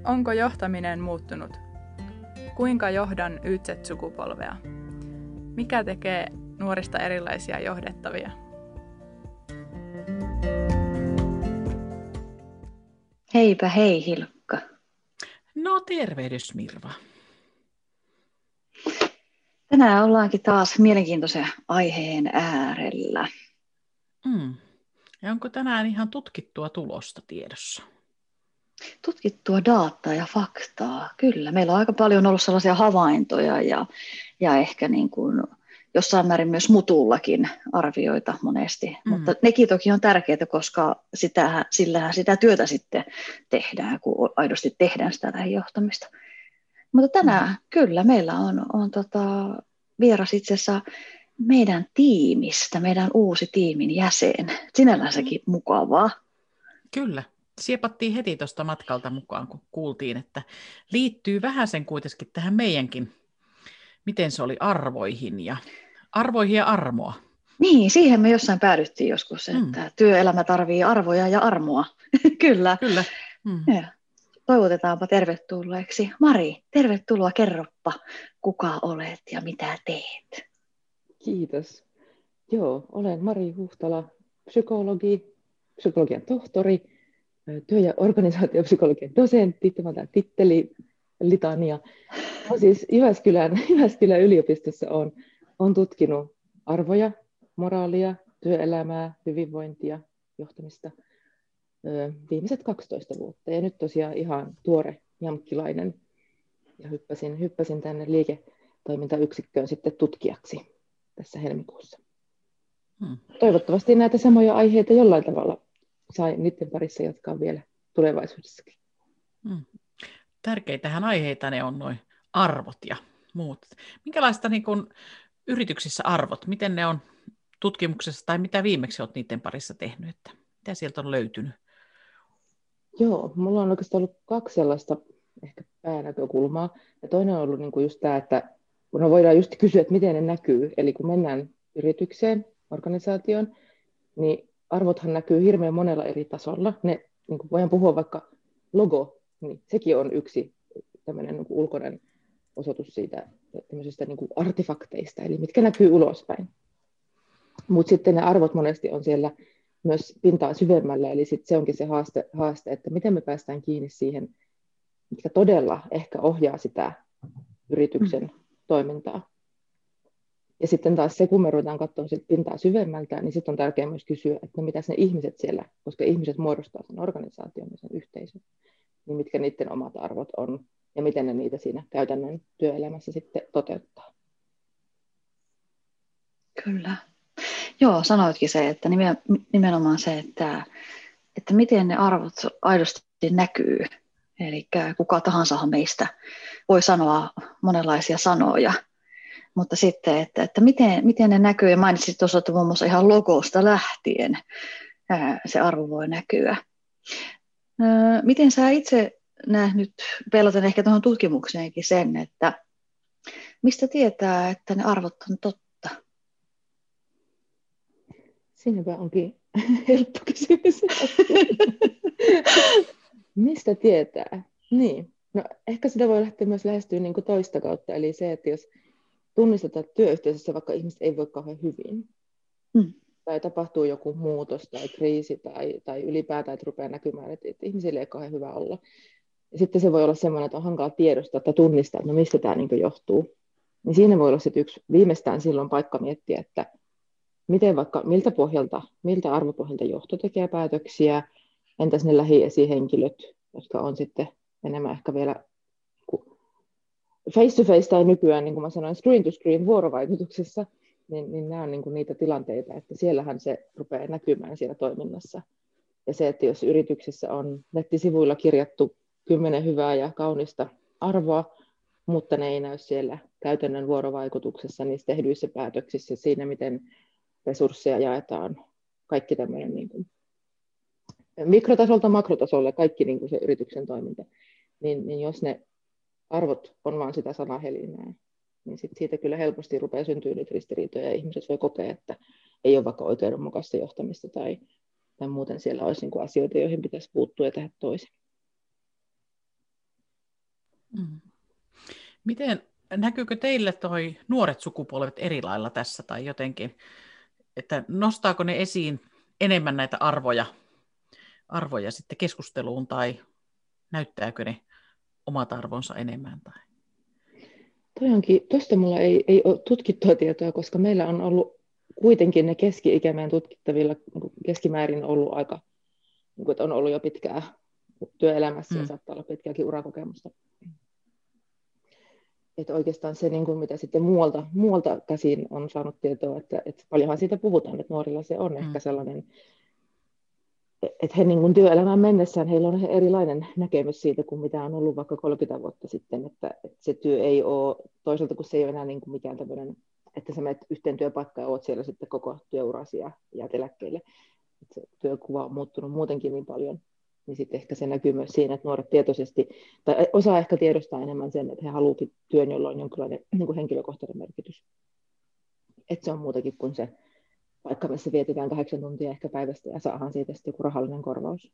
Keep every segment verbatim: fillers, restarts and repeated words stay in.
Onko johtaminen muuttunut? Kuinka johdan Y Z-sukupolvea? Mikä tekee nuorista erilaisia johdettavia? Heipä hei Hilkka. No tervehdys Mirva. Tänään ollaankin taas mielenkiintoisen aiheen äärellä. Mm. Ja onko tänään ihan tutkittua tulosta tiedossa? Tutkittua dataa ja faktaa, kyllä. Meillä on aika paljon ollut sellaisia havaintoja ja, ja ehkä niin kuin jossain määrin myös mutullakin arvioita monesti. Mm. Mutta nekin toki on tärkeää, koska sitä, sillähän sitä työtä sitten tehdään, kun aidosti tehdään sitä lähijohtamista. Mutta tänään mm. kyllä meillä on, on tota, vieras itse asiassa meidän tiimistä, meidän uusi tiimin jäsen. Sinällänsäkin mm. mukavaa. Kyllä. Siepattiin heti tuosta matkalta mukaan, kun kuultiin, että liittyy vähän sen kuitenkin tähän meidänkin, miten se oli, arvoihin ja, arvoihin ja armoa. Niin, siihen me jossain päädyttiin joskus, että mm. työelämä tarvii arvoja ja armoa. Kyllä. Kyllä. Mm. Ja toivotetaanpa tervetulleeksi. Mari, tervetuloa, kerroppa, kuka olet ja mitä teet. Kiitos. Joo, olen Mari Huhtala, psykologi, psykologian tohtori, työ- ja organisaatiopsykologian dosentti, tämä on tämä titteli, litania. Olen siis Jyväskylän, Jyväskylän yliopistossa on, on tutkinut arvoja, moraalia, työelämää, hyvinvointia, johtamista viimeiset kaksitoista vuotta. Ja nyt tosiaan ihan tuore jamkkilainen. Ja hyppäsin, hyppäsin tänne liiketoimintayksikköön sitten tutkijaksi tässä helmikuussa. Hmm. Toivottavasti näitä samoja aiheita jollain tavalla sai niiden parissa jatkaa vielä tulevaisuudessakin. Hmm. Tärkeitähän aiheita ne on noin arvot ja muut. Minkälaista niin kun, yrityksissä arvot, miten ne on tutkimuksessa tai mitä viimeksi olet niiden parissa tehnyt, että mitä sieltä on löytynyt? Joo, mulla on oikeastaan ollut kaksi sellaista ehkä päänäkökulmaa. Ja toinen on ollut niin kuin just tämä, että kun voidaan just kysyä, että miten ne näkyy. Eli kun mennään yritykseen, organisaatioon, niin arvothan näkyy hirveän monella eri tasolla. Ne, niin kuin voidaan puhua vaikka logo, niin sekin on yksi tämmöinen niin kuin ulkoinen osoitus siitä tämmöisistä niin kuin artefakteista, eli mitkä näkyy ulospäin. Mutta sitten ne arvot monesti on siellä myös pintaa syvemmällä, eli sit se onkin se haaste, haaste, että miten me päästään kiinni siihen, mitkä todella ehkä ohjaa sitä yrityksen mm. toimintaa. Ja sitten taas se, kun me ruvetaan katsomaan sit pintaa syvemmältä, niin sitten on tärkeää myös kysyä, että no mitäs ne ihmiset siellä, koska ihmiset muodostaa sen organisaation ja sen yhteisön, niin mitkä niiden omat arvot on, ja miten ne niitä siinä käytännön työelämässä sitten toteuttaa. Kyllä. Joo, sanoitkin se, että nimenomaan se, että, että miten ne arvot aidosti näkyy. Eli kuka tahansa meistä voi sanoa monenlaisia sanoja, mutta sitten, että, että miten, miten ne näkyy, ja mainitsit tuossa, että muun muassa ihan logosta lähtien se arvo voi näkyä. Miten sä itse näet nyt, peilaten ehkä tuohon tutkimukseenkin sen, että mistä tietää, että ne arvot on totta? Siinäpä onkin helppo kysymys. Mistä tietää? Niin. No, ehkä sitä voi lähteä myös lähestyä niin kuin toista kautta. Eli se, että jos tunnistetaan, että työyhteisössä vaikka ihmiset ei voi kauhean hyvin, mm. tai tapahtuu joku muutos tai kriisi tai, tai ylipäätään, että rupeaa näkymään, että, että ihmisille ei kauhean hyvä olla. Ja sitten se voi olla sellainen, että on hankala tiedostaa tai tunnistaa, että no mistä tämä niin kuin johtuu. Niin siinä voi olla sitten yksi viimeistään silloin paikka miettiä, että miten vaikka, miltä pohjalta, miltä arvopohjalta johto tekee päätöksiä, entäs ne lähiesihenkilöt, jotka on sitten enemmän ehkä vielä face to face tai nykyään, niin kuin mä sanoin, screen to screen vuorovaikutuksessa, niin, niin nämä on niin kuin niitä tilanteita, että siellähän se rupeaa näkymään siellä toiminnassa. Ja se, että jos yrityksessä on nettisivuilla kirjattu kymmenen hyvää ja kaunista arvoa, mutta ne ei näy siellä käytännön vuorovaikutuksessa, niissä tehdyissä päätöksissä, siinä miten resursseja jaetaan, kaikki tämmöinen niin kuin mikrotasolta makrotasolle, kaikki niin kuin se yrityksen toiminta, niin, niin jos ne arvot on vaan sitä sanahelinää, niin sit siitä kyllä helposti rupeaa syntyä niitä ristiriitoja, ja ihmiset voi kokea, että ei ole vaikka oikeudenmukaista johtamista, tai, tai muuten siellä olisi niin kuin asioita, joihin pitäisi puuttua ja tehdä toisin. Mm. Miten, näkyykö teille toi nuoret sukupolvet eri lailla tässä tai jotenkin, että nostaako ne esiin enemmän näitä arvoja, arvoja sitten keskusteluun tai näyttääkö ne omat arvonsa enemmän? Tai? Toi onkin, tuosta mulla ei, ei ole tutkittua tietoa, koska meillä on ollut kuitenkin ne keski-ikämään tutkittavilla keskimäärin ollut aika, että on ollut jo pitkää työelämässä ja mm. saattaa olla pitkääkin urakokemusta. Että oikeastaan se, niin kuin mitä sitten muualta, muualta käsin on saanut tietoa, että, että paljonhan siitä puhutaan, että nuorilla se on mm. ehkä sellainen, että he niin kuin työelämään mennessään, heillä on erilainen näkemys siitä kuin mitä on ollut vaikka kolmekymmentä vuotta sitten, että, että se työ ei ole, toisaalta kun se ei ole enää niin kuin mikään tämmöinen, että sä menet yhteen työpaikkaan ja oot siellä sitten koko työurasi ja jäät eläkkeelle, että se työkuva on muuttunut muutenkin niin paljon, niin sitten ehkä se näkyy myös siinä, että nuoret tietoisesti, tai osaa ehkä tiedostaa enemmän sen, että he haluavat työn, jolla on jonkinlainen niin kuin henkilökohtainen merkitys. Että se on muutakin kuin se paikka, missä vietetään kahdeksan tuntia ehkä päivästä ja saadaan siitä sitten joku rahallinen korvaus.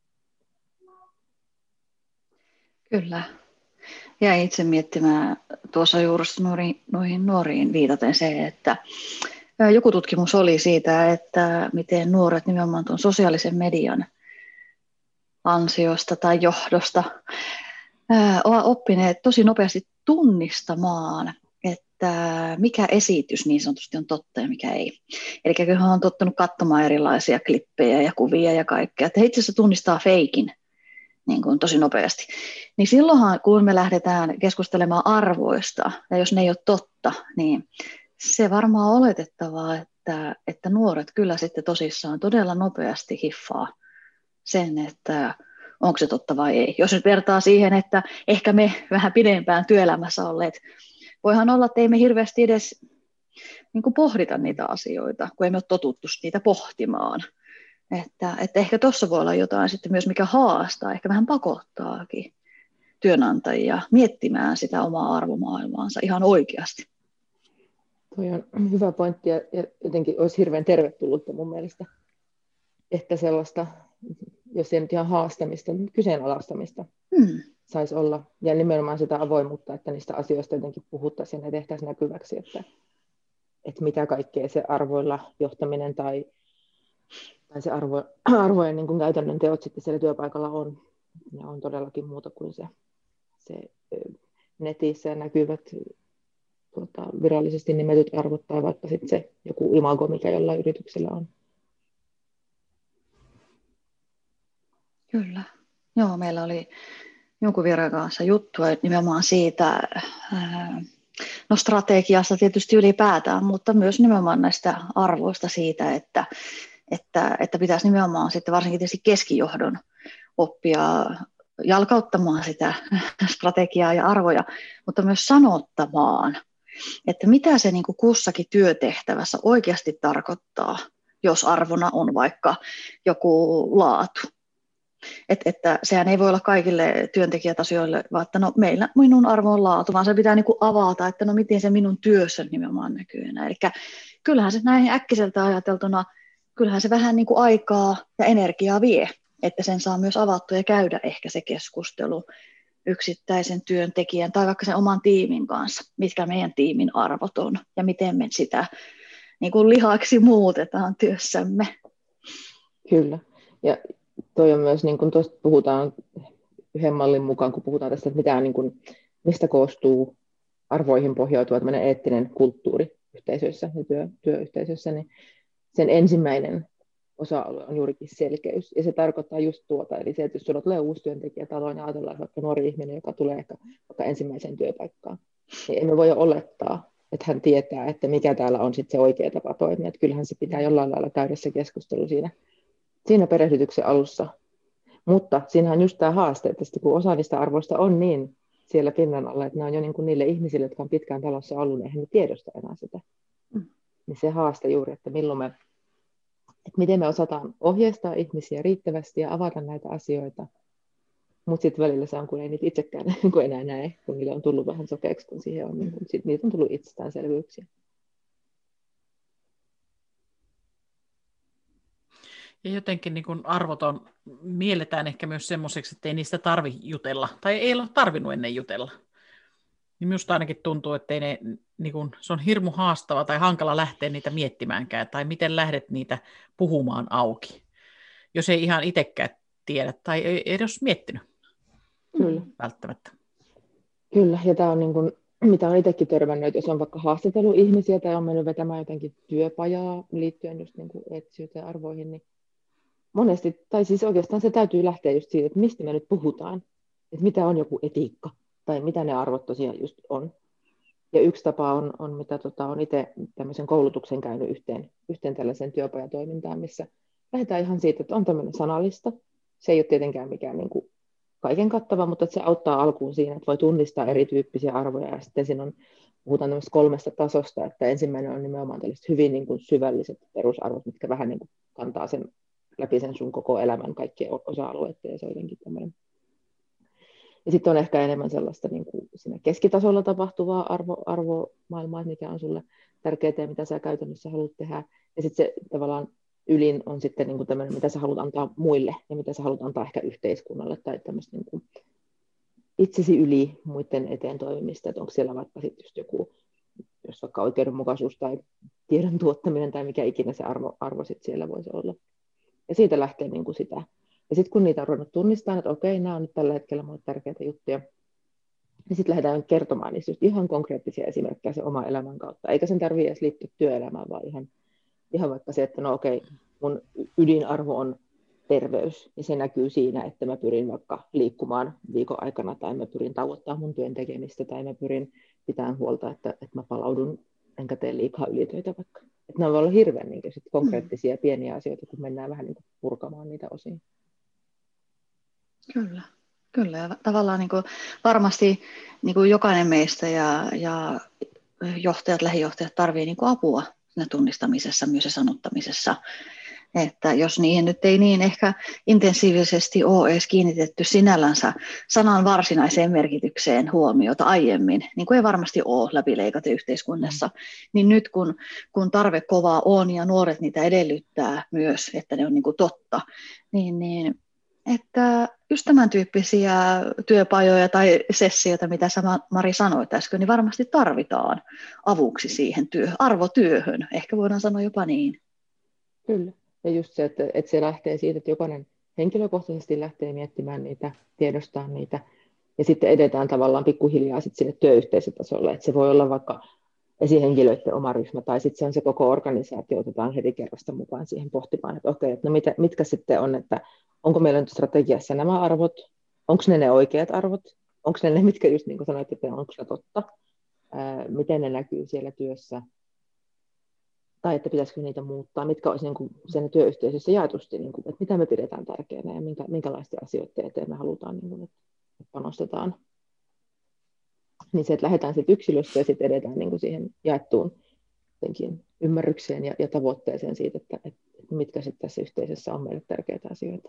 Kyllä. Ja itse miettimään tuossa juuri nuoriin, noihin nuoriin viitaten se, että joku tutkimus oli siitä, että miten nuoret nimenomaan tuon sosiaalisen median ansiosta tai johdosta ovat oppineet tosi nopeasti tunnistamaan, että mikä esitys niin sanotusti on totta ja mikä ei. Eli kyllä hän on tottunut katsomaan erilaisia klippejä ja kuvia ja kaikkea, että he itse asiassa tunnistaa feikin niin kuin tosi nopeasti. Niin silloinhan, kun me lähdetään keskustelemaan arvoista, ja jos ne ei ole totta, niin se varmaan on oletettavaa, että, että nuoret kyllä sitten tosissaan todella nopeasti hiffaa sen, että onko se totta vai ei. Jos nyt vertaa siihen, että ehkä me vähän pidempään työelämässä olleet, voihan olla, että ei me hirveästi edes niin kuin pohdita niitä asioita, kun emme ole totuttu niitä pohtimaan. Että, että ehkä tuossa voi olla jotain sitten myös, mikä haastaa, ehkä vähän pakottaakin työnantajia miettimään sitä omaa arvomaailmaansa ihan oikeasti. Tuo on hyvä pointti ja jotenkin olisi hirveän tervetullutta mun mielestä, että sellaista, jos ei nyt ihan haastamista, mutta kyseenalaistamista hmm. saisi olla. Ja nimenomaan sitä avoimuutta, että niistä asioista jotenkin puhuttaisiin ja tehtäisiin näkyväksi, että, että mitä kaikkea se arvoilla johtaminen tai, tai se arvo, arvojen niin kuin käytännön teot sitten siellä työpaikalla on. Ne on todellakin muuta kuin se, se netissä näkyvät tuota, virallisesti nimetyt arvot tai vaikka sitten se joku imago, mikä jollain yrityksellä on. Kyllä. Joo, meillä oli jonkun vieraan kanssa juttua nimenomaan siitä, no strategiasta tietysti ylipäätään, mutta myös nimenomaan näistä arvoista siitä, että, että, että pitäisi nimenomaan sitten varsinkin tietysti keskijohdon oppia jalkauttamaan sitä strategiaa ja arvoja, mutta myös sanottamaan, että mitä se niin kuin kussakin työtehtävässä oikeasti tarkoittaa, jos arvona on vaikka joku laatu. Et, että sehän ei voi olla kaikille työntekijätasoille, vaan että no meillä minun arvo on laatu, vaan se pitää niin kuin avata, että no miten se minun työssä nimenomaan näkyy enää. Eli kyllähän se näin äkkiseltä ajateltuna, kyllähän se vähän niin kuin aikaa ja energiaa vie, että sen saa myös avattua ja käydä ehkä se keskustelu yksittäisen työntekijän tai vaikka sen oman tiimin kanssa, mitkä meidän tiimin arvot on ja miten me sitä niin kuin lihaksi muutetaan työssämme. Kyllä. Ja toi on myös, niin kuin tuosta puhutaan yhden mallin mukaan, kun puhutaan tästä, että mitä, niin kuin, mistä koostuu arvoihin pohjautuva tämmöinen eettinen kulttuuri yhteisöissä ja työ, työyhteisössä, niin sen ensimmäinen osa-alue on juurikin selkeys. Ja se tarkoittaa just tuota, eli se, että jos sinulla tulee uusi työntekijä taloon ja ajatellaan vaikka nuori ihminen, joka tulee ehkä vaikka ensimmäiseen työpaikkaan, niin emme voi olettaa, että hän tietää, että mikä täällä on sitten se oikea tapa toimia. Että kyllähän se pitää jollain lailla käydä se keskustelu siinä, siinä perehdytyksen alussa. Mutta siinähän just tämä haaste, että kun osa niistä arvoista on niin siellä pinnan alla, että ne on jo niin kuin niille ihmisille, jotka on pitkään talossa ollut, niin eihän ne tiedosta enää sitä. Mm. Niin se haaste juuri, että milloin me, että miten me osataan ohjeistaa ihmisiä riittävästi ja avata näitä asioita, mutta sitten välillä se on, kun ei niitä itsekään kun enää näe, kun niille on tullut vähän sokeaksi, kun siihen on, niin sit niitä on tullut itsestäänselvyyksiä. Ja jotenkin niin kuin arvot on, mielletään ehkä myös semmoiseksi, että ei niistä tarvi jutella, tai ei ole tarvinnut ennen jutella. Niin minusta ainakin tuntuu, että ei ne, niin kuin, se on hirmu haastava tai hankala lähteä niitä miettimäänkään, tai miten lähdet niitä puhumaan auki, jos ei ihan itsekään tiedä, tai ei edes miettinyt. Kyllä. Välttämättä. Kyllä, ja tämä on niin kuin, mitä olen itsekin törmännyt, että jos on vaikka haastatellut ihmisiä tai on mennyt vetämään jotenkin työpajaa liittyen just niin kuin eettisyyteen ja arvoihin, niin monesti, tai siis oikeastaan se täytyy lähteä just siitä, että mistä me nyt puhutaan, että mitä on joku etiikka, tai mitä ne arvot tosiaan just on. Ja yksi tapa on, on mitä tota, on itse tämmöisen koulutuksen käynyt yhteen, yhteen tällaiseen työpajatoimintaan, missä lähdetään ihan siitä, että on tämmöinen sanallista. Se ei ole tietenkään mikään niin kuin kaiken kattava, mutta se auttaa alkuun siinä, että voi tunnistaa erityyppisiä arvoja. Ja sitten siinä on, puhutaan tämmöistä kolmesta tasosta, että ensimmäinen on nimenomaan tällaiset hyvin niin kuin syvälliset perusarvot, mitkä vähän niin kuin kantaa sen läpi sen sun koko elämän kaikkien osa-alueiden, ja se on jotenkin tämmöinen. Ja sitten on ehkä enemmän sellaista niin kuin siinä keskitasolla tapahtuvaa arvo, arvomaailmaa, mikä on sulle tärkeää ja mitä sä käytännössä haluat tehdä. Ja sitten se tavallaan ylin on sitten niin kuin tämmöinen, mitä sä haluat antaa muille ja mitä sä haluat antaa ehkä yhteiskunnalle tai tämmöistä niin kuin itsesi yli muiden eteen toimimista. Että onko siellä vaikka sitten just joku, jos vaikka oikeudenmukaisuus tai tiedon tuottaminen tai mikä ikinä se arvo, arvo sitten siellä voisi olla. Ja siitä lähtee niin kuin sitä. Ja sitten kun niitä on ruvennut tunnistamaan, että okei, nämä on nyt tällä hetkellä minulle tärkeitä juttuja, niin sitten lähdetään kertomaan niistä just ihan konkreettisia esimerkkejä sen oman elämän kautta. Eikä sen tarvitse edes liittyä työelämään, vaan ihan, ihan vaikka se, että no okei, mun ydinarvo on terveys, ja se näkyy siinä, että mä pyrin vaikka liikkumaan viikon aikana, tai mä pyrin tauottamaan mun työn tekemistä, tai mä pyrin pitämään huolta, että, että mä palaudun, enkä tee liikaa ylitöitä vaikka. Että nämä voi olla hirveän niin sit konkreettisia pieniä asioita, kun mennään vähän niin purkamaan niitä osiin. Kyllä, kyllä. Ja tavallaan niin kuin varmasti niin kuin jokainen meistä ja, ja johtajat, lähijohtajat tarvitsee niin kuin apua siinä tunnistamisessa, myös ja sanottamisessa. Että jos niihin nyt ei niin ehkä intensiivisesti ole edes kiinnitetty sinällänsä sanan varsinaiseen merkitykseen huomiota aiemmin, niin kuin ei varmasti ole läpileikaten yhteiskunnassa, niin nyt kun, kun tarve kovaa on ja nuoret niitä edellyttää myös, että ne on niin kuin totta, niin, niin että just tämän tyyppisiä työpajoja tai sessioita, mitä sä Mari sanoit äsken, niin varmasti tarvitaan avuksi siihen työ, arvotyöhön. Ehkä voidaan sanoa jopa niin. Kyllä. Ja just se, että, että se lähtee siitä, että jokainen henkilökohtaisesti lähtee miettimään niitä, tiedostaa niitä, ja sitten edetään tavallaan pikkuhiljaa sitten sinne työyhteisötasolle. Että se voi olla vaikka esihenkilöiden oma ryhmä, tai sitten se on se koko organisaatio, otetaan heti kerrasta mukaan siihen pohtimaan, että okei, että no mitä, mitkä sitten on, että onko meillä nyt strategiassa nämä arvot, onko ne ne oikeat arvot, onko ne ne, mitkä just niin kuin sanoit, että onko se totta, ää, miten ne näkyy siellä työssä, tai että pitäisikö niitä muuttaa, mitkä olisi niin kuin sen työyhteisössä jaetusti, niin kuin, että mitä me pidetään tärkeänä ja minkä, minkälaisten asioiden eteen me halutaan, niin kuin, että panostetaan. Niin se, että lähdetään sitten yksilöstä ja sitten edetään niin kuin siihen jaettuun ymmärrykseen ja, ja tavoitteeseen siitä, että, että mitkä sitten tässä yhteisössä on meille tärkeitä asioita.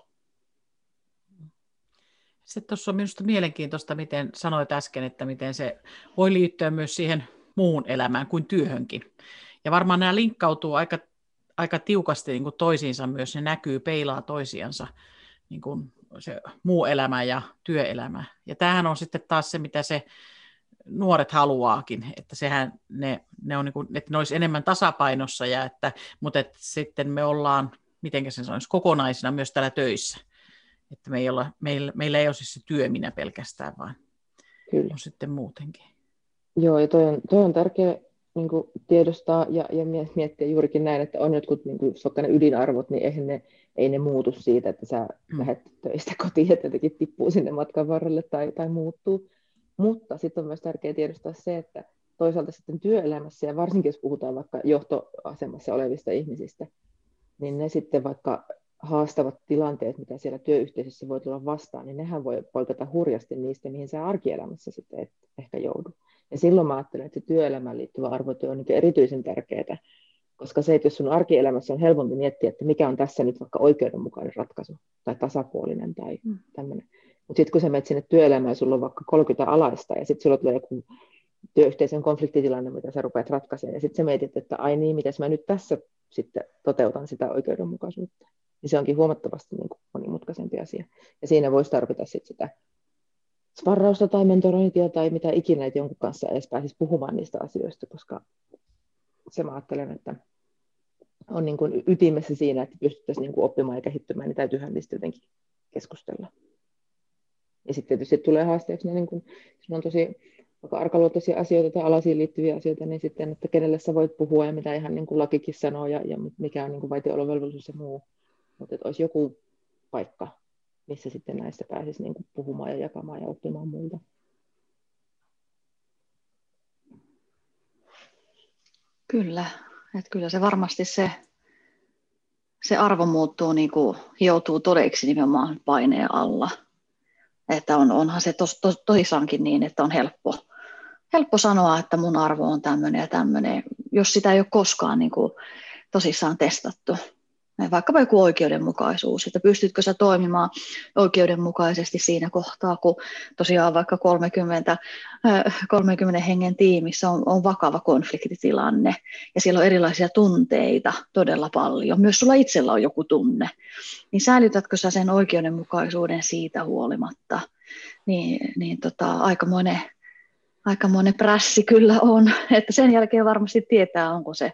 Sitten tuossa on minusta mielenkiintoista, miten sanoit äsken, että miten se voi liittyä myös siihen muuhun elämään kuin työhönkin. Ja varmaan nämä linkkautuu aika, aika tiukasti niin kuin toisiinsa myös, ne näkyy, peilaa toisiansa, niin kuin se muu elämä ja työelämä. Ja tämähän on sitten taas se, mitä se nuoret haluaakin, että sehän ne, ne on niin kuin, että ne olisi enemmän tasapainossa, ja että, mutta että sitten me ollaan, miten sen sanoisi, kokonaisina myös täällä töissä. Että me ei olla, meillä, meillä ei ole siis se työ minä pelkästään, vaan Kyllä. on sitten muutenkin. Joo, ja toi on, toi on tärkeä niin kuin tiedostaa ja, ja miettiä juurikin näin, että on jotkut, niin kuin, vaikka ne ydinarvot, niin eihän ne, ei ne muutu siitä, että sä mm. lähdet töistä kotiin ja jotenkin tippuu sinne matkan varrelle tai, tai muuttuu. Mutta sitten on myös tärkeää tiedostaa se, että toisaalta sitten työelämässä, ja varsinkin jos puhutaan vaikka johtoasemassa olevista ihmisistä, niin ne sitten vaikka haastavat tilanteet, mitä siellä työyhteisössä voi tulla vastaan, niin nehän voi poiketa hurjasti niistä, mihin sä arkielämässä sitten et ehkä joudu. Ja silloin mä ajattelen, että se työelämään liittyvä arvotyö on niin erityisen tärkeää, koska se, että jos sun arkielämässä on helpompi miettiä, että mikä on tässä nyt vaikka oikeudenmukainen ratkaisu, tai tasapuolinen, tai mm. tämmöinen. Mutta sitten kun sä menet sinne työelämään, ja sulla on vaikka kolmekymmentä alaista, ja sitten sulla tulee joku työyhteisön konfliktitilanne, mitä sä rupeat ratkaisemaan, ja sitten sä mietit, että ai niin, mitäs mä nyt tässä sitten toteutan sitä oikeudenmukaisuutta. niin se onkin huomattavasti niin kuin monimutkaisempi asia. Ja siinä voisi tarvita sit sitä sparrausta tai mentorointia tai mitä ikinä, että jonkun kanssa edes pääsisi puhumaan niistä asioista, koska se mä ajattelen, että on niin kuin ytimessä siinä, että pystyttäisiin niin kuin oppimaan ja kehittymään, niin täytyyhän niistä jotenkin keskustella. Ja sitten tietysti tulee haasteeksi, niin kun on tosi vaikka arkaluontoisia asioita tai alasiin liittyviä asioita, niin sitten, että kenelle sä voit puhua ja mitä ihan niin kuin lakikin sanoo ja, ja mikä on niin kuin vaitiolovelvollisuus ja muu. Mutta että olisi joku paikka, missä sitten näistä pääsisi niin kuin puhumaan ja jakamaan ja oppimaan muilta. Kyllä, että kyllä se varmasti se, se arvo muuttuu, niin kuin hioutuu todeksi nimenomaan paineen alla. Että on, onhan se tos, tos, toisaankin niin, että on helppo, helppo sanoa, että mun arvo on tämmöinen ja tämmöinen, jos sitä ei ole koskaan niin kuin tosissaan testattu. Vaikkapa joku oikeudenmukaisuus, että pystytkö sä toimimaan oikeudenmukaisesti siinä kohtaa, kun tosiaan vaikka kolmekymmentä, kolmekymmentä hengen tiimissä on, on vakava konfliktitilanne ja siellä on erilaisia tunteita todella paljon. Myös sulla itsellä on joku tunne. Niin säilytätkö sä sen oikeudenmukaisuuden siitä huolimatta? Niin, niin tota, aikamoinen, aikamoinen prässi kyllä on, että sen jälkeen varmasti tietää, onko se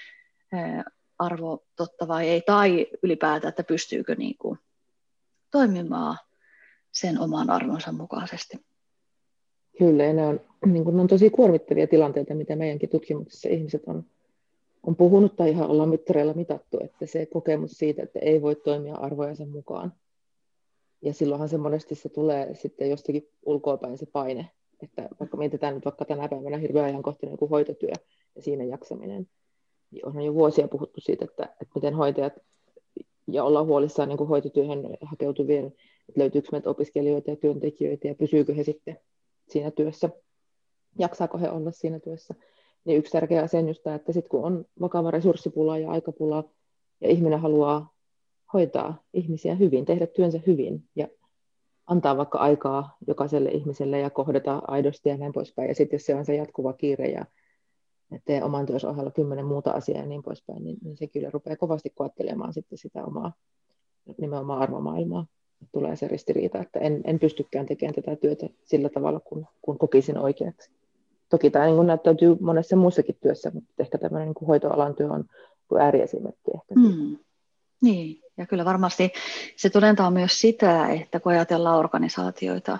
arvo totta vai ei, tai ylipäätään, että pystyykö niin kuin toimimaan sen oman arvonsa mukaisesti. Kyllä, ja ne on, niin kuin, ne on tosi kuormittavia tilanteita, mitä meidänkin tutkimuksessa ihmiset on, on puhunut tai ihan ollaan mittareilla mitattu, että se kokemus siitä, että ei voi toimia arvojensa mukaan. Ja silloinhan se monesti se tulee sitten jostakin ulkoapäin se paine, että vaikka mietitään nyt vaikka tänä päivänä hirveän ajankohtainen joku hoitotyö ja siinä jaksaminen, niin onhan jo vuosia puhuttu siitä, että, että miten hoitajat, ja ollaan huolissaan niin kuin hoitotyöhön hakeutuvien, että löytyykö meiltä opiskelijoita ja työntekijöitä, ja pysyykö he sitten siinä työssä, jaksaako he olla siinä työssä. Niin yksi tärkeä asia on just tämä, että sitten kun on vakava resurssipula ja aikapula, ja ihminen haluaa hoitaa ihmisiä hyvin, tehdä työnsä hyvin, ja antaa vaikka aikaa jokaiselle ihmiselle ja kohdata aidosti ja näin poispäin. Ja sitten jos se on se jatkuva kiire ja tee oman työssä ohella kymmenen muuta asiaa ja niin poispäin, niin, niin se kyllä rupeaa kovasti koettelemaan sitten sitä omaa nimenomaan arvomaailmaa. Tulee se ristiriita, että en, en pystykään tekemään tätä työtä sillä tavalla, kun, kun kokisin oikeaksi. Toki tämä niin näyttäytyy monessa muussakin työssä, mutta ehkä tämmöinen niin hoitoalan työ on ääriesimerkki ehkä. Mm. Niin, ja kyllä varmasti se todentaa myös sitä, että kun ajatellaan organisaatioita,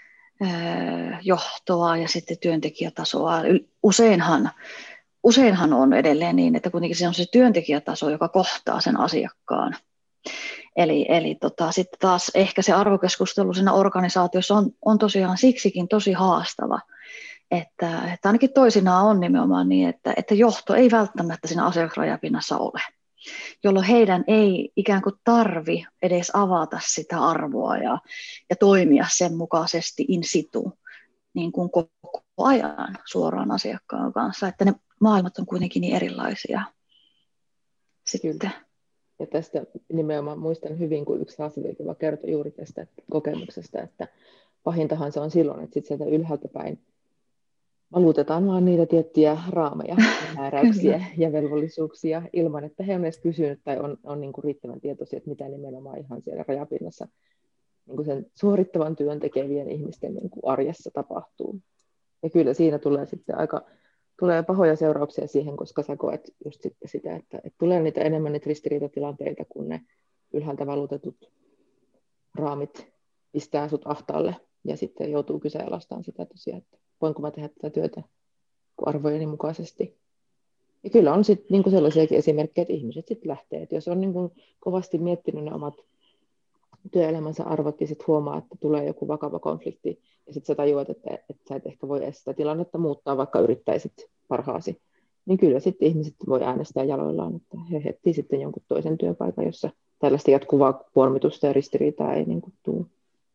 johtoa ja sitten työntekijätasoa. Useinhan, useinhan on edelleen niin, että kuitenkin se on se työntekijätaso, joka kohtaa sen asiakkaan. Eli, eli tota, sitten taas ehkä se arvokeskustelu siinä organisaatiossa on, on tosiaan siksikin tosi haastava, että, että ainakin toisinaan on nimenomaan niin, että, että johto ei välttämättä siinä asiakasrajapinnassa ole, jolloin heidän ei ikään kuin tarvi edes avata sitä arvoa ja, ja toimia sen mukaisesti in situ niin kuin koko ajan suoraan asiakkaan kanssa, että ne maailmat on kuitenkin niin erilaisia sitten. Kyllä. Ja tästä nimenomaan muistan hyvin, kun yksi haastateltava kertoi juuri tästä kokemuksesta, että pahintahan se on silloin, että sit sieltä ylhäältä päin valutetaan vaan niitä tiettyjä raameja, määräyksiä ja velvollisuuksia ilman, että he on edes kysynyt tai on, on niin kuin riittävän tietoisia, että mitä nimenomaan ihan siellä rajapinnassa niin kuin sen suorittavan työn tekevien ihmisten niin kuin arjessa tapahtuu. Ja kyllä siinä tulee sitten aika tulee pahoja seurauksia siihen, koska sä koet just sitten sitä, että, että tulee niitä enemmän niitä ristiriitatilanteita, kun ne ylhäältä valutetut raamit pistää sut ahtaalle ja sitten joutuu kyseenalaistamaan sitä tosiaan, että voinko mä tehdä tätä työtä arvojeni mukaisesti. Ja kyllä on sitten niinku sellaisiakin esimerkkejä, että ihmiset sitten lähtee. Et jos on niinku kovasti miettinyt ne omat työelämänsä arvot ja sitten huomaa, että tulee joku vakava konflikti ja sitten sä tajuat, että, että sä et ehkä voi edes sitä tilannetta muuttaa, vaikka yrittäisit parhaasi, niin kyllä sitten ihmiset voi äänestää jaloillaan, että he etsii sitten jonkun toisen työpaikan, jossa tällaista jatkuvaa kuormitusta ja ristiriitaa ei niin tule.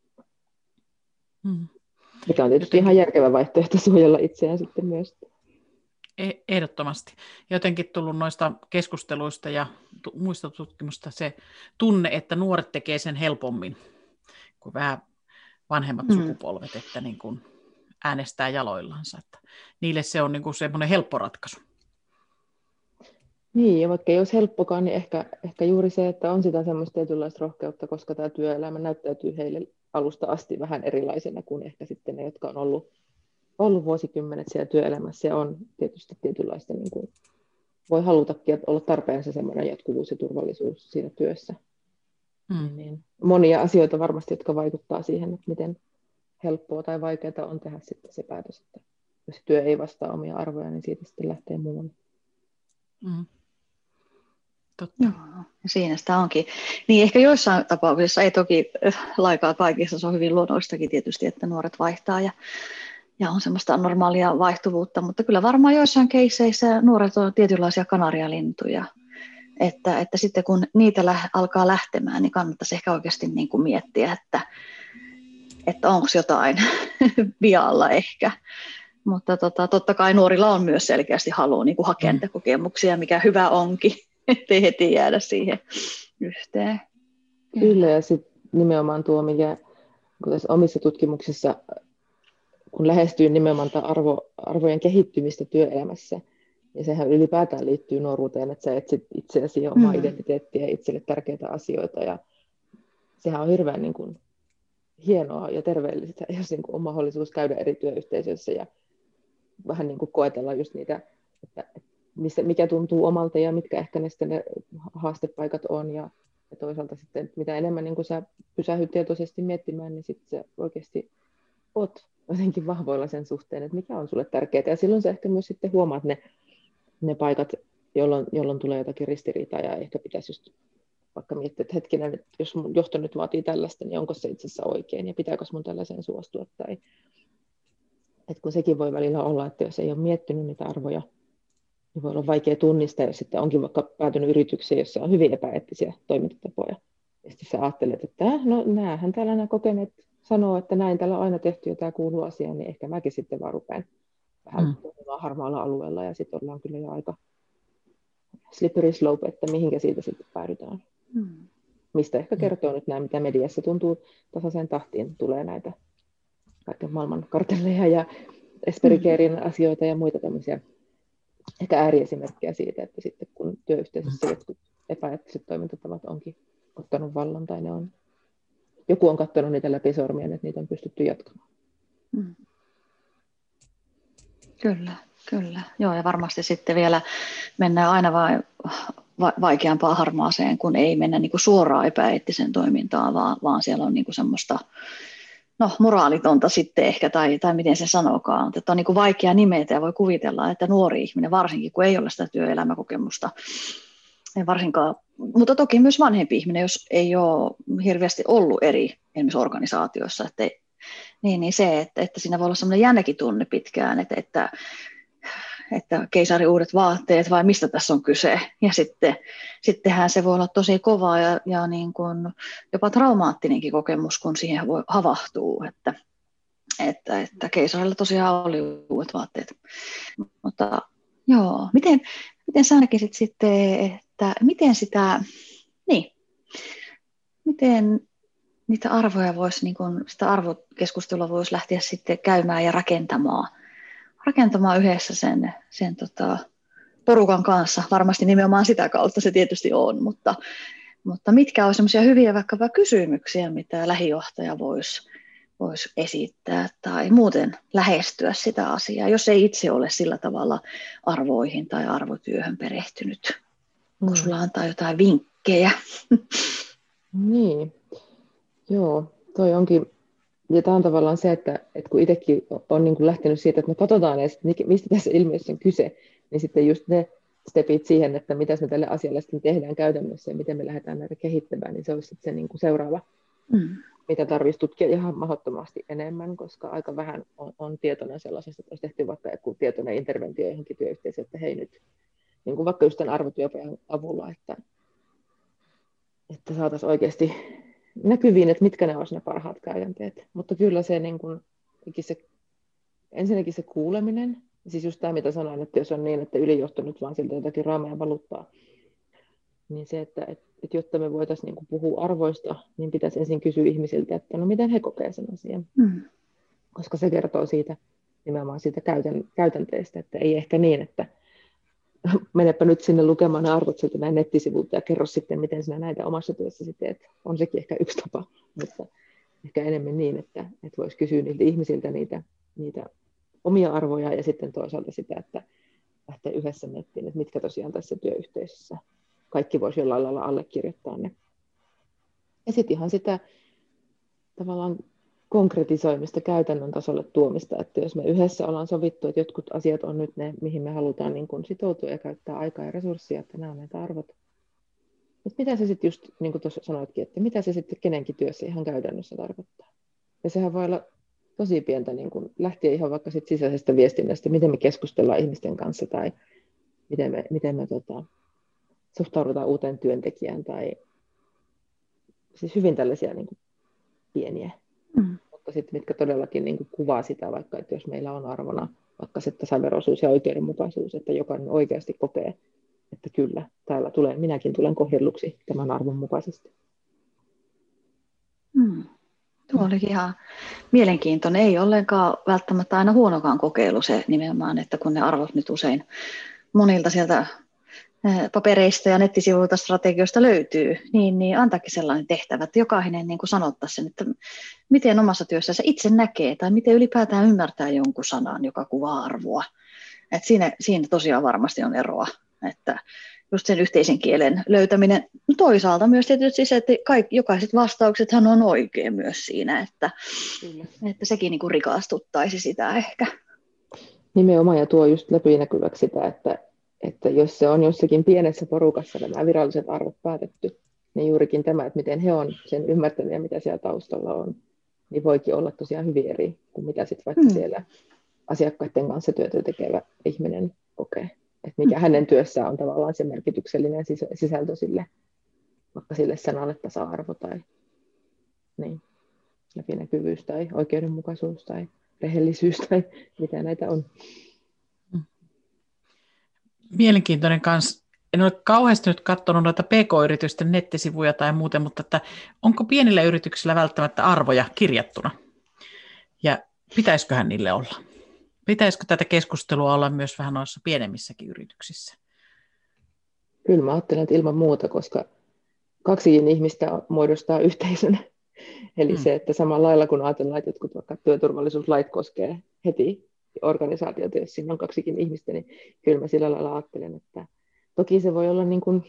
Hmm. Mikä on tietysti Jotenkin... ihan järkevä vaihtoehto suojella itseään sitten myös. Ehdottomasti. Jotenkin tullut noista keskusteluista ja muista tutkimusta se tunne, että nuoret tekee sen helpommin kuin vähän vanhemmat mm. sukupolvet, että niin kuin äänestää jaloillansa. Että niille se on niin kuin semmoinen helppo ratkaisu. Niin, ja vaikka ei olisi helppokaan, niin ehkä, ehkä juuri se, että on sitä semmoista tietynlaista rohkeutta, koska tämä työelämä näyttäytyy heille alusta asti vähän erilaisena kuin ehkä sitten ne, jotka on ollut, ollut vuosikymmenet siellä työelämässä ja on tietysti tietynlaista, niin kuin, voi halutakin että olla tarpeensa semmoinen jatkuvuus ja turvallisuus siinä työssä. Mm. Niin, monia asioita varmasti, jotka vaikuttaa siihen, että miten helppoa tai vaikeaa on tehdä sitten se päätös, että jos työ ei vastaa omia arvoja, niin siitä sitten lähtee muualle. Mm. Totta. Joo, ja siinä sitä onkin. Niin ehkä joissain tapauksissa, ei toki laikaa kaikissa, se on hyvin luonnollistakin tietysti, että nuoret vaihtaa ja, ja on semmoista normaalia vaihtuvuutta, mutta kyllä varmaan joissain keisseissä nuoret on tietynlaisia kanarialintuja, että, että sitten kun niitä lä- alkaa lähtemään, niin kannattaisi ehkä oikeasti niin kuin miettiä, että, että onko jotain vialla ehkä. Mutta tota, totta kai nuorilla on myös selkeästi halua niin kuin hakea niitä kokemuksia, mikä hyvä onkin, ettei heti jäädä siihen yhteen. Kyllä, ja sitten nimenomaan tuo, mikä kun tässä omissa tutkimuksissa, kun lähestyy nimenomaan arvo, arvojen kehittymistä työelämässä, ja sehän ylipäätään liittyy nuoruuteen, että sä etsit itseäsi ja omaa mm. identiteettiä ja itselle tärkeitä asioita, ja sehän on hirveän niin kuin, hienoa ja terveellistä, jos niin kuin, on mahdollisuus käydä eri työyhteisöissä ja vähän niin kuin koetella just niitä, että missä, mikä tuntuu omalta ja mitkä ehkä ne, ne haastepaikat on, ja, ja toisaalta sitten, mitä enemmän niin kuin sä pysähdyt tietoisesti miettimään, niin sitten sä oikeasti oot jotenkin vahvoilla sen suhteen, että mikä on sulle tärkeää, ja silloin sä ehkä myös sitten huomaat ne, ne paikat, jolloin, jolloin tulee jotakin ristiriitaa, ja ehkä pitäisi just vaikka miettiä, että hetkinen, että jos mun johto nyt vaatii tällaista, niin onko se itse asiassa oikein, ja pitääkö mun tällaiseen suostua, tai että kun sekin voi välillä olla, että jos ei ole miettinyt niitä arvoja, niin voi olla vaikea tunnistaa, jos sitten onkin vaikka päätynyt yritykseen, jossa on hyvin epäeettisiä toimintatapoja. Ja sitten sä ajattelet, että no näähän täällä nämä kokeneet sanoo, että näin täällä on aina tehty ja tämä kuuluu asiaan, niin ehkä mäkin sitten vaan rupean vähän mm. harmaalla alueella, ja sitten ollaan kyllä jo aika slippery slope, että mihinkä siitä sitten päädytään. Mm. Mistä ehkä kertoo mm. nyt nämä, mitä mediassa tuntuu tasaiseen tahtiin, tulee näitä kaiken maailman kartelleja ja Aspergerin mm. asioita ja muita tämmöisiä ehkä ääriesimerkkejä siitä, että sitten kun työyhteisössä jotkut epäeettiset toimintatavat onkin ottanut vallan tai ne on, joku on katsonut niitä läpi sormien, että niitä on pystytty jatkamaan. Mm. Kyllä, kyllä. Joo, ja varmasti sitten vielä mennään aina vain va- vaikeampaan harmaaseen, kun ei mennä niin kuin suoraan epäeettiseen toimintaan, vaan, vaan siellä on niin kuin semmoista no, moraalitonta sitten ehkä, tai, tai miten se sanookaan, että on niin kuin vaikea nimetä ja voi kuvitella, että nuori ihminen, varsinkin kun ei ole sitä työelämäkokemusta, ei varsinkaan, mutta toki myös vanhempi ihminen, jos ei ole hirveästi ollut eri esimerkiksi organisaatioissa, että, niin, niin se, että, että siinä voi olla sellainen jännekin tunne pitkään, että, että, että keisari uudet vaatteet vai mistä tässä on kyse, ja sitten, sittenhän se voi olla tosi kova ja, ja niin kuin jopa traumaattinenkin kokemus, kun siihen voi havahtuu, että, että, että keisarilla tosiaan oli uudet vaatteet. Mutta joo, miten, miten sä näkisit sitten, että miten sitä, niin, miten niitä arvoja voisi, niin kuin sitä arvokeskustelua voisi lähteä sitten käymään ja rakentamaan, rakentamaan yhdessä sen, sen tota, porukan kanssa. Varmasti nimenomaan sitä kautta se tietysti on, mutta, mutta mitkä on sellaisia hyviä vaikkapa kysymyksiä, mitä lähijohtaja voisi vois esittää tai muuten lähestyä sitä asiaa, jos ei itse ole sillä tavalla arvoihin tai arvotyöhön perehtynyt. Onko Mm. sulla antaa jotain vinkkejä? Niin, joo, toi onkin, ja tämä on tavallaan se, että, että kun itsekin on niin kuin lähtenyt siitä, että me katsotaan edes, mistä tässä ilmiössä on kyse, niin sitten just ne stepit siihen, että mitä me tälle asialle sitten tehdään käytännössä ja miten me lähdetään näitä kehittämään, niin se olisi sitten se niin kuin seuraava, mm. mitä tarvitsisi tutkia ihan mahdottomasti enemmän, koska aika vähän on, on tietoinen sellaisesta, että olisi tehty vaikka joku tietoinen interventio johonkin työyhteisöön, että hei nyt, niin kuin vaikka just tämän arvotyöpajan avulla, että, että saataisiin oikeasti näkyviin, että mitkä ne olisivat ne parhaat käytänteet. Mutta kyllä se, niin kuin, se ensinnäkin se kuuleminen, siis just tämä, mitä sanoin, että jos on niin, että ylijohto nyt vaan siltä jotakin raameja valuttaa, niin se, että, että jotta me voitaisiin niin kuin puhua arvoista, niin pitäisi ensin kysyä ihmisiltä, että no miten he kokee sen asian. Mm. Koska se kertoo siitä nimenomaan siitä käytän, käytänteestä, että ei ehkä niin, että menepä nyt sinne lukemaan ne arvot sieltä meidän nettisivulta ja kerro sitten, miten sinä näitä omassa työssäsi teet. On sekin ehkä yksi tapa, mutta ehkä enemmän niin, että, että voisi kysyä niiltä ihmisiltä niitä, niitä omia arvoja ja sitten toisaalta sitä, että lähtee yhdessä miettimään, että mitkä tosiaan tässä työyhteisössä kaikki voisi jollain lailla allekirjoittaa ne. Ja sitten ihan sitä tavallaan konkretisoimista, käytännön tasolle tuomista, että jos me yhdessä ollaan sovittu, että jotkut asiat on nyt ne, mihin me halutaan niin kuin sitoutua ja käyttää aikaa ja resursseja, että nämä on näitä arvot. Mutta mitä se sitten just, niin kuin tuossa sanoitkin, että mitä se sitten kenenkin työssä ihan käytännössä tarkoittaa. Ja sehän voi olla tosi pientä, niin kuin lähtien ihan vaikka sit sisäisestä viestinnästä, miten me keskustellaan ihmisten kanssa tai miten me, miten me tota, suhtaudutaan uuteen työntekijään tai siis hyvin tällaisia niin kuin pieniä. Mm. Mutta sitten mitkä todellakin niin kuin kuvaa sitä, vaikka että jos meillä on arvona vaikka se tasaveroisuus ja oikeudenmukaisuus, että jokainen oikeasti kokee, että kyllä, täällä tulee, minäkin tulen kohdelluksi tämän arvon mukaisesti. Mm. Tuo olikin ihan mielenkiintoinen. Ei ollenkaan välttämättä aina huonokaan kokeilu se nimenomaan, että kun ne arvot nyt usein monilta sieltä papereista ja nettisivuilta strategioista löytyy, niin, niin antaakin sellainen tehtävä, että jokainen niin kuin sanottaisi sen, että miten omassa työssä itse näkee tai miten ylipäätään ymmärtää jonkun sanan, joka kuvaa arvoa. Et siinä, siinä tosiaan varmasti on eroa, että just sen yhteisen kielen löytäminen. Toisaalta myös tietysti se, että kaikki, jokaiset vastauksethan on oikein myös siinä, että, että sekin niin kuin rikastuttaisi sitä ehkä. Nimenomaan, ja tuo just läpinäkyväksi sitä, että että jos se on jossakin pienessä porukassa nämä viralliset arvot päätetty, niin juurikin tämä, että miten he on sen ymmärtänyt ja mitä siellä taustalla on, niin voikin olla tosiaan hyvin eri kuin mitä sitten vaikka mm. siellä asiakkaiden kanssa työtä tekevä ihminen kokee. Että mikä mm. hänen työssään on tavallaan se merkityksellinen sisältö sille, vaikka sille sanalle tasa-arvo tai niin, läpinäkyvyys tai oikeudenmukaisuus tai rehellisyys tai mitä näitä on. Mielenkiintoinen kanssa. En ole kauheasti nyt katsonut noita P K-yritysten nettisivuja tai muuten, mutta että onko pienillä yrityksillä välttämättä arvoja kirjattuna? Ja pitäisiköhän niille olla? Pitäisikö tätä keskustelua olla myös vähän noissa pienemmissäkin yrityksissä? Kyllä mä ajattelen, että ilman muuta, koska kaksikin ihmistä muodostaa yhteisön. Eli hmm. se, että samalla lailla kun ajatellaan, että jotkut vaikka työturvallisuuslait koskee heti organisaatiota, jos siinä on kaksikin ihmistä, niin kyllä mä sillä lailla ajattelen, että toki se voi olla niin kuin,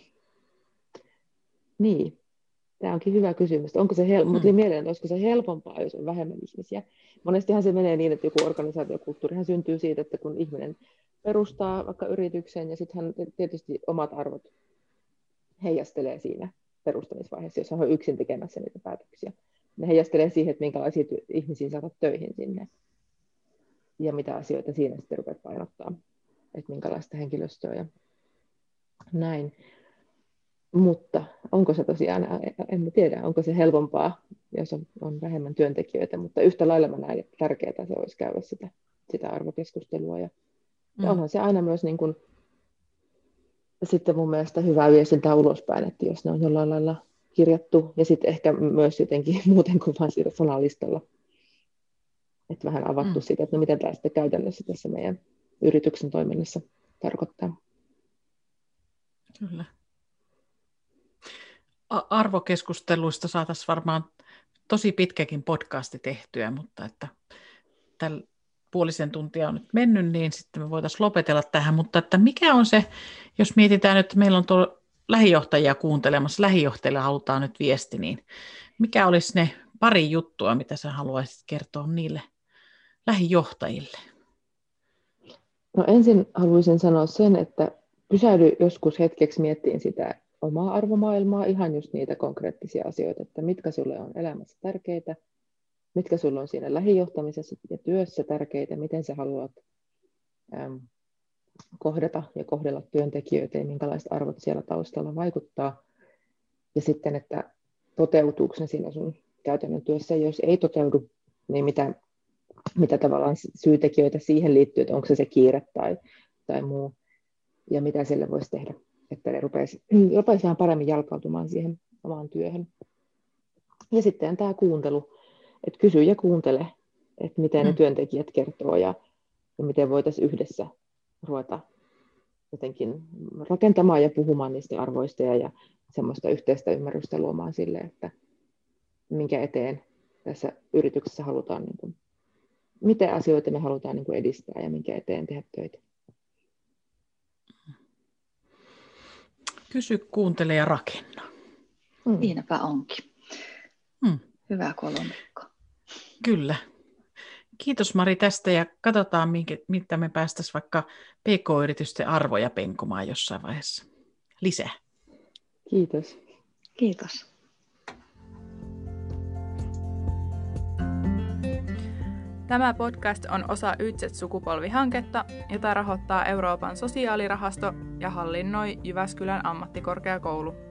niin, tämä onkin hyvä kysymys, onko se hel- mm. mutta mieleen, että olisiko se helpompaa, jos on vähemmän ihmisiä. Monestihan se menee niin, että joku organisaatiokulttuurihan syntyy siitä, että kun ihminen perustaa vaikka yrityksen ja sitten hän tietysti omat arvot heijastelee siinä perustamisvaiheessa, jos hän on yksin tekemässä niitä päätöksiä. Ne heijastelee siihen, että minkälaisia ty- ihmisiä saatat töihin sinne. Ja mitä asioita siinä sitten rupeat painottaa, että minkälaista henkilöstöä ja näin. Mutta onko se tosiaan, en tiedä, onko se helpompaa, jos on, on vähemmän työntekijöitä, mutta yhtä lailla mä näen, että tärkeää se olisi käydä sitä, sitä arvokeskustelua. Ja, mm. ja onhan se aina myös niin kuin, sitten mun mielestä hyvää viestintää ulospäin, että jos ne on jollain lailla kirjattu, ja sitten ehkä myös jotenkin muuten kuin vaan siinä sanalistalla. Että vähän avattu mm. sitä, että no mitä tämä sitten käytännössä tässä meidän yrityksen toiminnassa tarkoittaa. Kyllä. Arvokeskusteluista saataisiin varmaan tosi pitkäkin podcasti tehtyä, mutta että tällä puolisen tuntia on nyt mennyt, niin sitten me voitaisiin lopetella tähän. Mutta että mikä on se, jos mietitään, että meillä on tuolla lähijohtajia kuuntelemassa, lähijohtajille halutaan nyt viesti, niin mikä olisi ne pari juttua, mitä sä haluaisit kertoa niille lähijohtajille? No ensin haluaisin sanoa sen, että pysähdy joskus hetkeksi miettimään sitä omaa arvomaailmaa, ihan just niitä konkreettisia asioita, että mitkä sulle on elämässä tärkeitä, mitkä sulle on siinä lähijohtamisessa ja työssä tärkeitä, miten sä haluat äm, kohdata ja kohdella työntekijöitä ja minkälaiset arvot siellä taustalla vaikuttaa. Ja sitten, että toteutuuko ne siinä sun käytännön työssä, jos ei toteudu, niin mitä mitä tavallaan syytekijöitä siihen liittyy, että onko se se kiire tai, tai muu, ja mitä sille voisi tehdä, että ne rupeisi, rupeisi vähän paremmin jalkautumaan siihen omaan työhön. Ja sitten tämä kuuntelu, että kysy ja kuuntele, että miten ne työntekijät kertoo ja, ja miten voitaisiin yhdessä ruveta jotenkin rakentamaan ja puhumaan niistä arvoista ja, ja semmoista yhteistä ymmärrystä luomaan sille, että minkä eteen tässä yrityksessä halutaan, niin kuin, mitä asioita me halutaan niin kuin edistää ja minkä eteen tehdä töitä. Kysy, kuuntele ja rakenna. Mm. Siinäpä onkin. Mm. Hyvä kolmikko. Kyllä. Kiitos Mari tästä ja katsotaan, minkä, mitä me päästäisiin vaikka P K-yritysten arvoja penkomaan jossain vaiheessa lisää. Kiitos. Kiitos. Tämä podcast on osa Y Z Sukupolvi-hanketta, jota rahoittaa Euroopan sosiaalirahasto ja hallinnoi Jyväskylän ammattikorkeakoulu.